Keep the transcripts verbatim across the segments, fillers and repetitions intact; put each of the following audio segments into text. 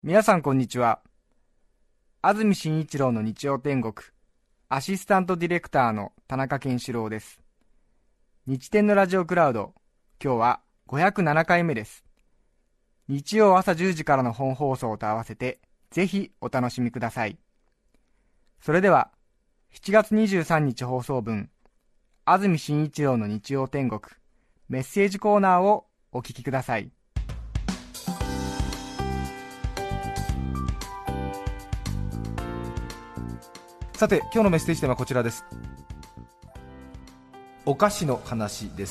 皆さんこんにちは。安住紳一郎の日曜天国、アシスタントディレクターの田中健志郎です。日天のラジオクラウド、今日はごひゃくななかいめです。日曜朝じゅうじからの本放送と合わせて、ぜひお楽しみください。それでは、しちがつにじゅうさんにち放送分、安住紳一郎の日曜天国、メッセージコーナーをお聞きください。 さて、今日のメッセージテーマはこちらです。お菓子の話です。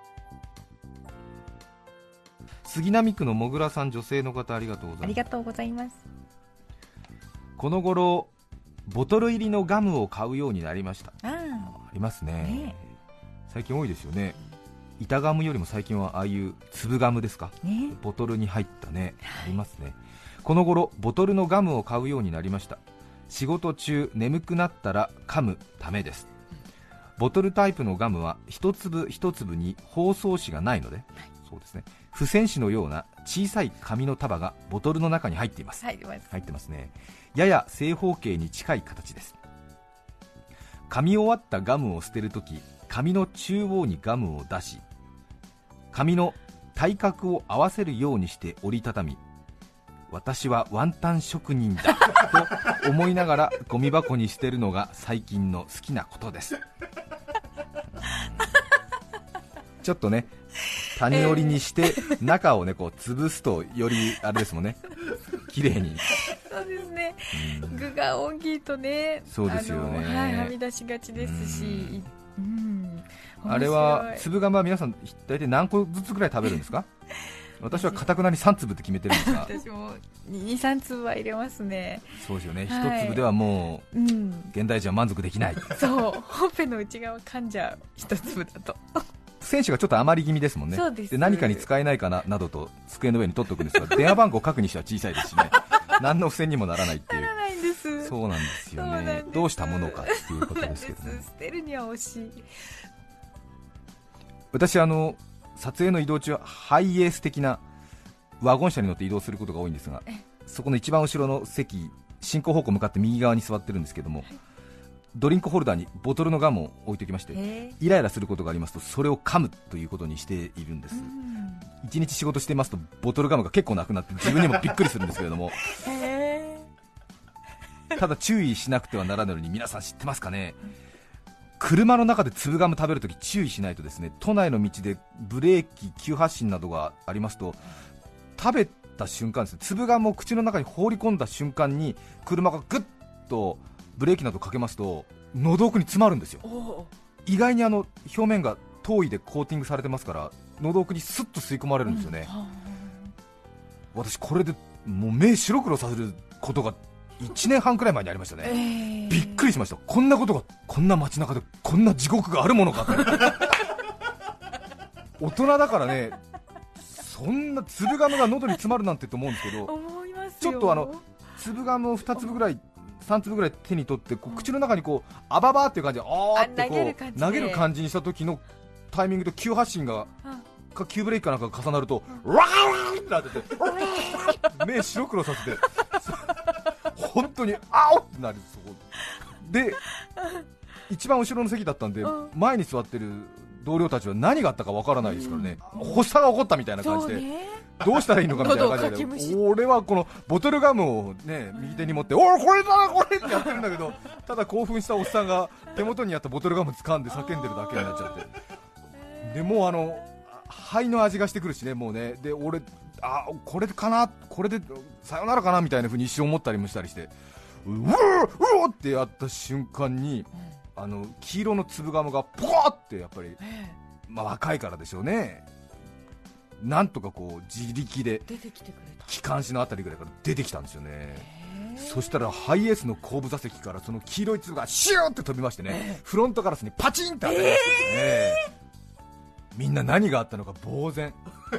杉並区のもぐらさん、女性の方、ありがとうございます。 ありがとうございます。 この頃ボトル入りのガムを買うようになりました。 あありますね。 ね最近多いですよね。板ガムよりも最近はああいう粒ガムですか、 ね、 ボトルに入ったね、ありますね。この頃ボトルのガムを買うようになりました。仕事中眠くなったら噛むためです。ボトルタイプのガムは一粒一粒に包装紙がないので、はい、そうですね、付箋紙のような小さい紙の束がボトルの中に入っています。 入ってます。 入ってますね。やや正方形に近い形です。噛み終わったガムを捨てるとき、紙の中央にガムを出し、紙の対角を合わせるようにして折りたたみ、私はワンタン職人だと思いながらゴミ箱に捨てるのが最近の好きなことです。ちょっとね、谷折りにして中をねこう潰すとよりあれですもんね、綺麗に。 そうですね、具が大きいとね、 そうですよね、 あの、はい、はみ出しがちですし、うん、 あれは粒ガムは皆さん大体何個ずつぐらい食べるんですか？私は固くなにさん粒って決めてるんですが私もに、さん粒は入れますね。 そうですよね、 はい、 一粒ではもう、うん、現代人は満足できない。 そう、ほっぺの内側噛んじゃう、一粒だと。 選手がちょっと余り気味ですもんね。 そうです。 で何かに使えないかななどと机の上に取っておくんですが、電話番号を書くにしては小さいですしね何の付箋にもならないっていう。 ならないんです。 そうなんですよね。どうしたものかっていうことですけどね。 捨てるには惜しい。 私あの撮影の移動中はハイエース的なワゴン車に乗って移動することが多いんですが、そこの一番後ろの席、進行方向向かって右側に座ってるんですけども、はい、ドリンクホルダーにボトルのガムを置いておきまして、イライラすることがありますとそれを噛むということにしているんです。一日仕事していますとボトルガムが結構なくなって自分にもびっくりするんですけれどもただ注意しなくてはならないのに、皆さん知ってますかね。車の中で粒ガム食べるとき注意しないとですね、都内の道でブレーキ急発進などがありますと、食べた瞬間ですね、粒ガムを口の中に放り込んだ瞬間に車がグッとブレーキなどかけますと喉奥に詰まるんですよ。意外にあの表面が糖衣でコーティングされてますから喉奥にスッと吸い込まれるんですよね、うん、私これでもう目白黒させることがいちねんはんくらい前にありましたね、えー、びっくりしました。こんなことが、こんな街中でこんな地獄があるものかと大人だからね、そんな粒ガムが喉に詰まるなんてと思うんですけど、 思いますよ。 ちょっとあの粒ガムをふたつぶぐらいさん粒ぐらい手に取ってこう口の中にこうあばばっていう感じであーってこう投げる感じにした時のタイミングと急発進がか急ブレーキかなんかが重なるとワーってなってて目白黒させて本当にあおってなる。そこで一番後ろの席だったんで前に座ってる同僚たちは何があったかわからないですからね、うん、発作が起こったみたいな感じで、どうしたらいいのかみたいな感じで、俺はこのボトルガムをね右手に持って、おおこれだこれってやってるんだけど、ただ興奮したおっさんが手元にあったボトルガム掴んで叫んでるだけになっちゃって、でもうあの肺の味がしてくるしね、もうね、で俺あこれかな、これでさよならかなみたいな風に一瞬思ったりもしたりして、うーうーってやった瞬間にあの黄色の粒ガムがポコってやっぱり、まあ、若いからでしょうね、なんとかこう自力で気管支のあたりぐらいから出てきたんですよね。そしたらハイエースの後部座席からその黄色い粒がシューって飛びましてね、フロントガラスにパチンって当たりましたよね、えー、みんな何があったのか呆然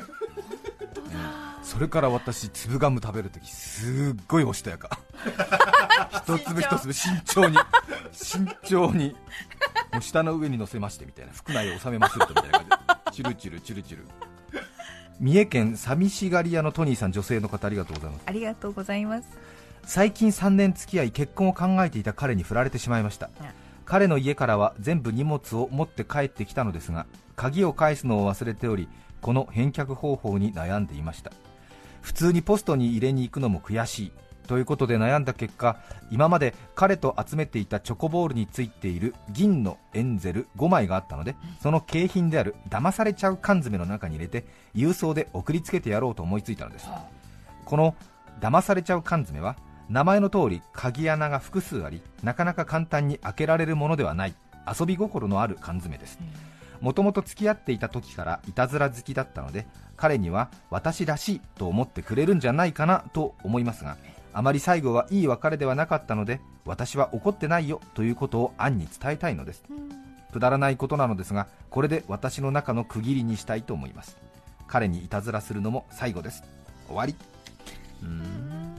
それから私粒ガム食べるときすっごいおしとやか一粒一粒慎重に慎重にもう舌の上に乗せましてみたいな、腹内を収めまするとみたいな感じでチュルチュルチュルチュル三重県寂しがり屋のトニーさん、女性の方、ありがとうございます。 ありがとうございます。 最近さんねん付き合い結婚を考えていた彼に振られてしまいました。彼の家からは全部荷物を持って帰ってきたのですが、鍵を返すのを忘れており、この返却方法に悩んでいました。普通にポストに入れに行くのも悔しいということで悩んだ結果、今まで彼と集めていたチョコボールについている銀のエンゼルごまいがあったので、その景品である騙されちゃう缶詰の中に入れて郵送で送りつけてやろうと思いついたのです。この騙されちゃう缶詰は名前の通り鍵穴が複数あり、なかなか簡単に開けられるものではない遊び心のある缶詰です。もともと付き合っていた時からいたずら好きだったので、彼には私らしいと思ってくれるんじゃないかなと思いますが、あまり最後はいい別れではなかったので、私は怒ってないよということをアンに伝えたいのです。くだらないことなのですが、これで私の中の区切りにしたいと思います。彼にいたずらするのも最後です。終わり。うーん、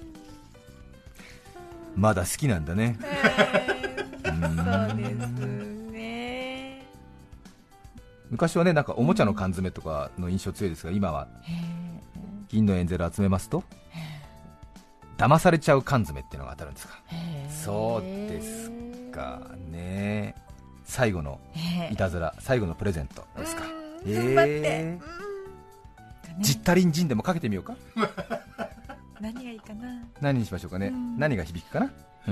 まだ好きなんだね。 えー、そうですね。 昔はね、なんかおもちゃの缶詰とかの印象強いですが、今は銀のエンゼル集めますと騙されちゃう缶詰っていうのが当たるんですか。そうですかね。最後のいたずら、最後のプレゼントですか。えー、ジッタリンジンでもかけてみようか。 何がいいかな。 何にしましょうかね。何が響くかな。うん、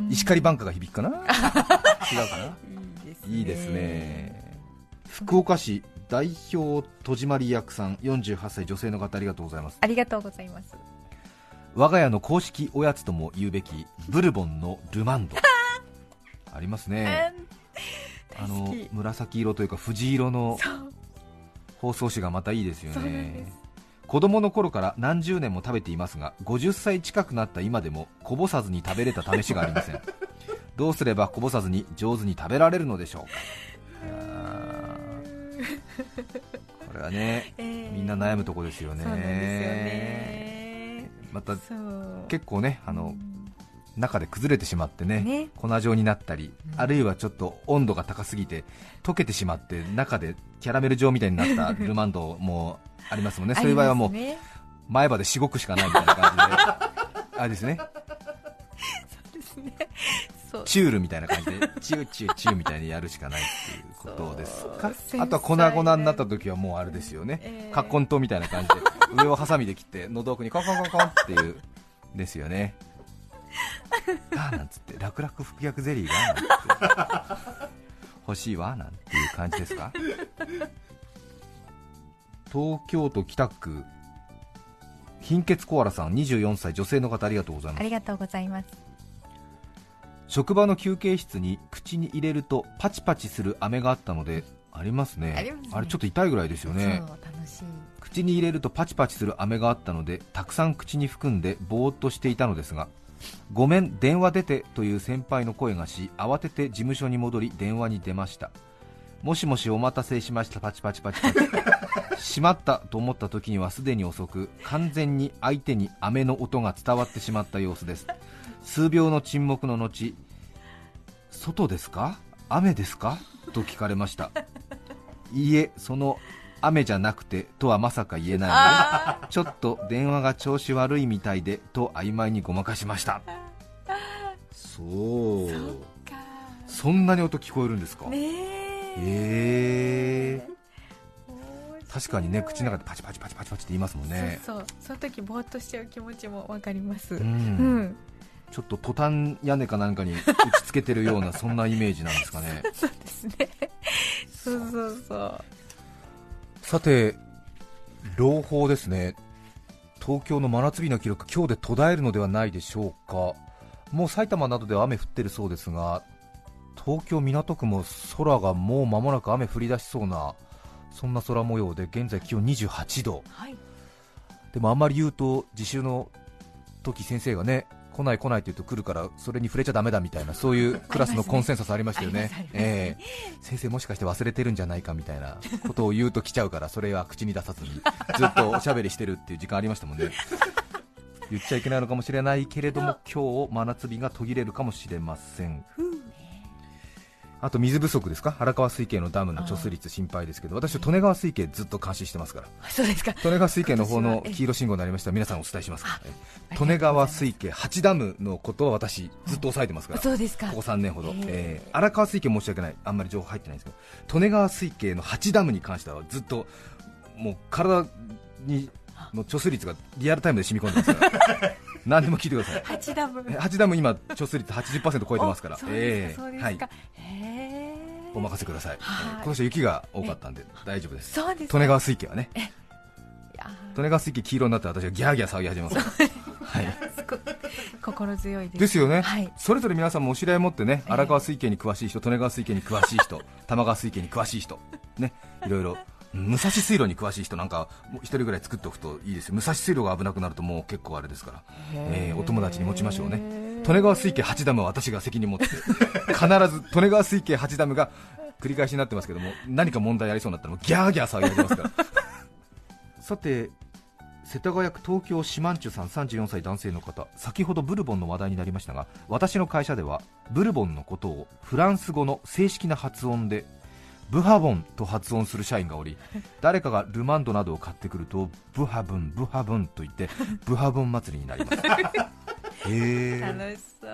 石狩バンカが響くかな。違うかな。いいですね。福岡市代表戸締まり役さん、よんじゅうはっさい女性の方、ありがとうございます。 ありがとうございます。 我が家の公式おやつとも言うべきブルボンのルマンドありますね。あの紫色というか藤色の包装紙がまたいいですよね。子供の頃から何十年も食べていますが、ごじゅっさい近くなった今でもこぼさずに食べれた試しがありません。どうすればこぼさずに上手に食べられるのでしょうか。これはね、えー、みんな悩むとこですよね。そうなんですよね。また結構ね、あの、うん、中で崩れてしまって ね, ね粉状になったり、うん、あるいはちょっと温度が高すぎて溶けてしまって中でキャラメル状みたいになったルマンドもありますもんね。そういう場合はもう前歯でしごくしかないみたいな感じであれですね。そうですね。チュールみたいな感じでチューチューチューみたいにやるしかないっていうことですか。あとは粉々になった時はもうあれですよね、えー、カッコン糖みたいな感じで上をハサミで切って喉奥にコンコンコンコンっていうですよね。あーなんつって楽々服薬ゼリーがなんて欲しいわなんていう感じですか。東京都北区貧血コアラさん、にじゅうよんさい女性の方、ありがとうございます。 ありがとうございます。 職場の休憩室に口に入れるとパチパチする飴があったので、ありますね。 ありますね。あれちょっと痛いぐらいですよね。 そう楽しい。 口に入れるとパチパチする飴があったので、たくさん口に含んでぼーっとしていたのですが、ごめん電話出てという先輩の声がし、慌てて事務所に戻り電話に出ました。もしもしお待たせしました。パチパチパチパチしまったと思った時にはすでに遅く、完全に相手に飴の音が伝わってしまった様子です。数秒の沈黙の後、外ですか雨ですかと聞かれました。いいえ、その雨じゃなくてとはまさか言えないので、ちょっと電話が調子悪いみたいでと曖昧にごまかしました。そう、 そ, そんなに音聞こえるんですかね。えー、確かにね、口の中でパチパチパチパチパチって言いますもんね。 そうそう、その時ぼーっとしちゃう気持ちもわかります。うん、 うん、ちょっとトタン屋根かなんかに打ち付けてるようなそんなイメージなんですかね。 そうですね。そうそうそう。 さて、朗報ですね。東京の真夏日の記録、今日で途絶えるのではないでしょうか。もう埼玉などでは雨降ってるそうですが、東京港区も空がもう間もなく雨降り出しそうな、そんな空模様で、現在気温にじゅうはちど、はい、でもあんまり言うと自習の時先生がね、来ない来ないと言うと来るからそれに触れちゃダメだみたいな、そういうクラスのコンセンサスありましたよね。えー、先生もしかして忘れてるんじゃないかみたいなことを言うと来ちゃうから、それは口に出さずにずっとおしゃべりしてるっていう時間ありましたもんね。言っちゃいけないのかもしれないけれども、今日真夏日が途切れるかもしれません。 あと水不足ですか、荒川水系のダムの貯水率心配ですけど、私は利根川水系ずっと監視してますから。 そうですか。 利根川水系の方の黄色信号になりましたら皆さんお伝えしますから、利根川水系はちダムのことは私ずっと抑えてますから。 そうですか。 ここさんねんほど、えー、荒川水系申し訳ない、あんまり情報入ってないんですけど、利根川水系のはちダムに関してはずっともう体にの貯水率がリアルタイムで染み込んでますから何でも聞いてください。はちダムはちダム今貯水率 はちじゅっパーセント 超えてますから。 そうですか、そうですか。へー、 お任せください。今年は雪が多かったんで大丈夫です。 そうです。 利根川水系はね、利根川水系黄色になって私がギャーギャー騒ぎ始めますから、はい、 心強いです。 ですよね、 はい、 それぞれ皆さんもお知り合い持ってね、荒川水系に詳しい人、利根川水系に詳しい人、玉川水系に詳しい人ね、いろいろ武蔵水路に詳しい人なんか一人ぐらい作っておくといいですよ。武蔵水路が危なくなるともう結構あれですから、えー、お友達に持ちましょうね。利根川水系はちダムは私が責任持って必ず利根川水系はちダムが繰り返しになってますけども、何か問題ありそうになったらもうギャーギャー騒ぎ始めますからさて、世田谷区東京シマンチュさんさんじゅうよんさい男性の方、先ほどブルボンの話題になりましたが、私の会社ではブルボンのことをフランス語の正式な発音でブハボンと発音する社員がおり、誰かがルマンドなどを買ってくるとブハブンブハブンと言ってブハボン祭りになりますへー、 楽しそう。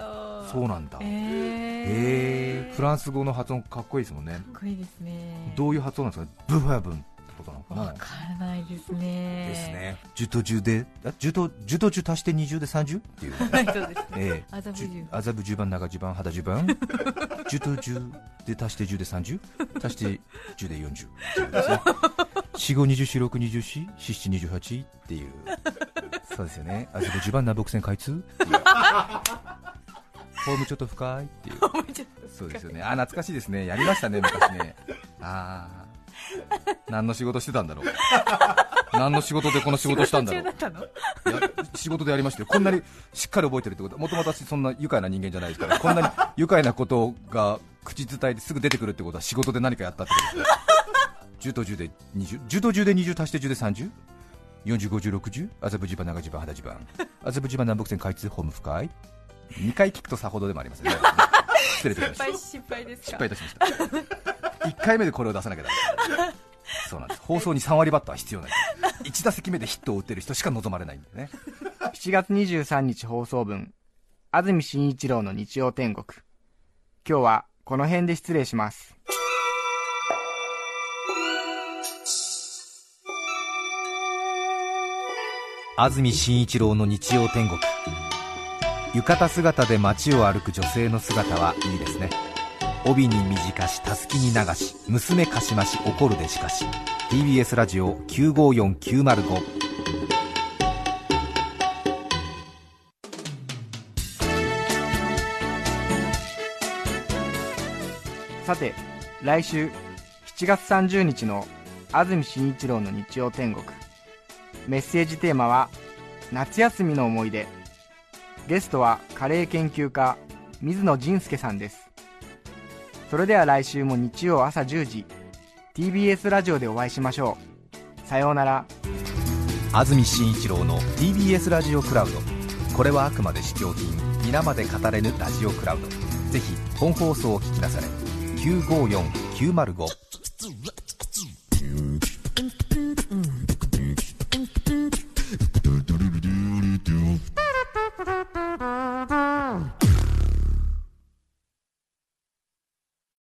そうなんだ。 へー、 へー、フランス語の発音かっこいいですもんね。 かっこいいですね。 どういう発音なんですか、ブハブンってことなのかな。 わからないですね。 ですね。じゅとじゅうで、じゅとじゅとじゅ足してにじゅうでさんじゅうっていう、ね、 そうですね、 えー、 麻布十麻布十番、長十番、肌十番じゅとじゅうで足してじゅうでさんじゅう足してじゅうでよんじゅうですね。よん、ご、にじゅう、ろく、にじゅうよん、よん、なな、にじゅうはちっていう、そうですよね。麻布十番、南北線開通っていうホームちょっと深いっていう、そうですよね。あ、懐かしいですね。やりましたね、昔ね。あー、何の仕事してたんだろう何の仕事でこの仕事したんだろう。 仕事中だったの？ いや、仕事でやりましたよ。こんなにしっかり覚えてるってことは、もともと私そんな愉快な人間じゃないですから、こんなに愉快なことが口伝えですぐ出てくるってことは仕事で何かやったってことです。じゅうとじゅうでにじゅう、じゅうとじゅうでにじゅう足してじゅうでさんじゅう、よんじゅう、ごじゅう、ろくじゅう、麻布十番、長十番、肌十番、麻布十番、南北線開通、ホーム深い。にかい聞くとさほどでもありませんね。失礼いたしました。 失敗ですか？ 失敗いたしましたいっかいめでこれを出さなきゃダメ。そうなんです。放送にさんわりバッターは必要ない。いち打席目でヒットを打ってる人しか望まれないんでね。 しちがつにじゅうさんにち放送分、安住紳一郎の日曜天国。今日はこの辺で失礼します。 安住紳一郎の日曜天国。浴衣姿で街を歩く女性の姿はいいですね。帯に短し、たすきに流し、娘かしまし怒るでしかし。 ティービーエス ラジオきゅうごよんきゅうまるご。 さて、来週しちがつさんじゅうにちの安住紳一郎の日曜天国、メッセージテーマは夏休みの思い出。ゲストはカレー研究家水野仁介さんです。それでは来週も日曜朝じゅうじ ティービーエス ラジオでお会いしましょう。さようなら。 安住紳一郎の ティービーエス ラジオクラウド。これはあくまで試供品、皆まで語れぬラジオクラウド。ぜひ本放送を聞きなされ。きゅうごよんきゅうまるご。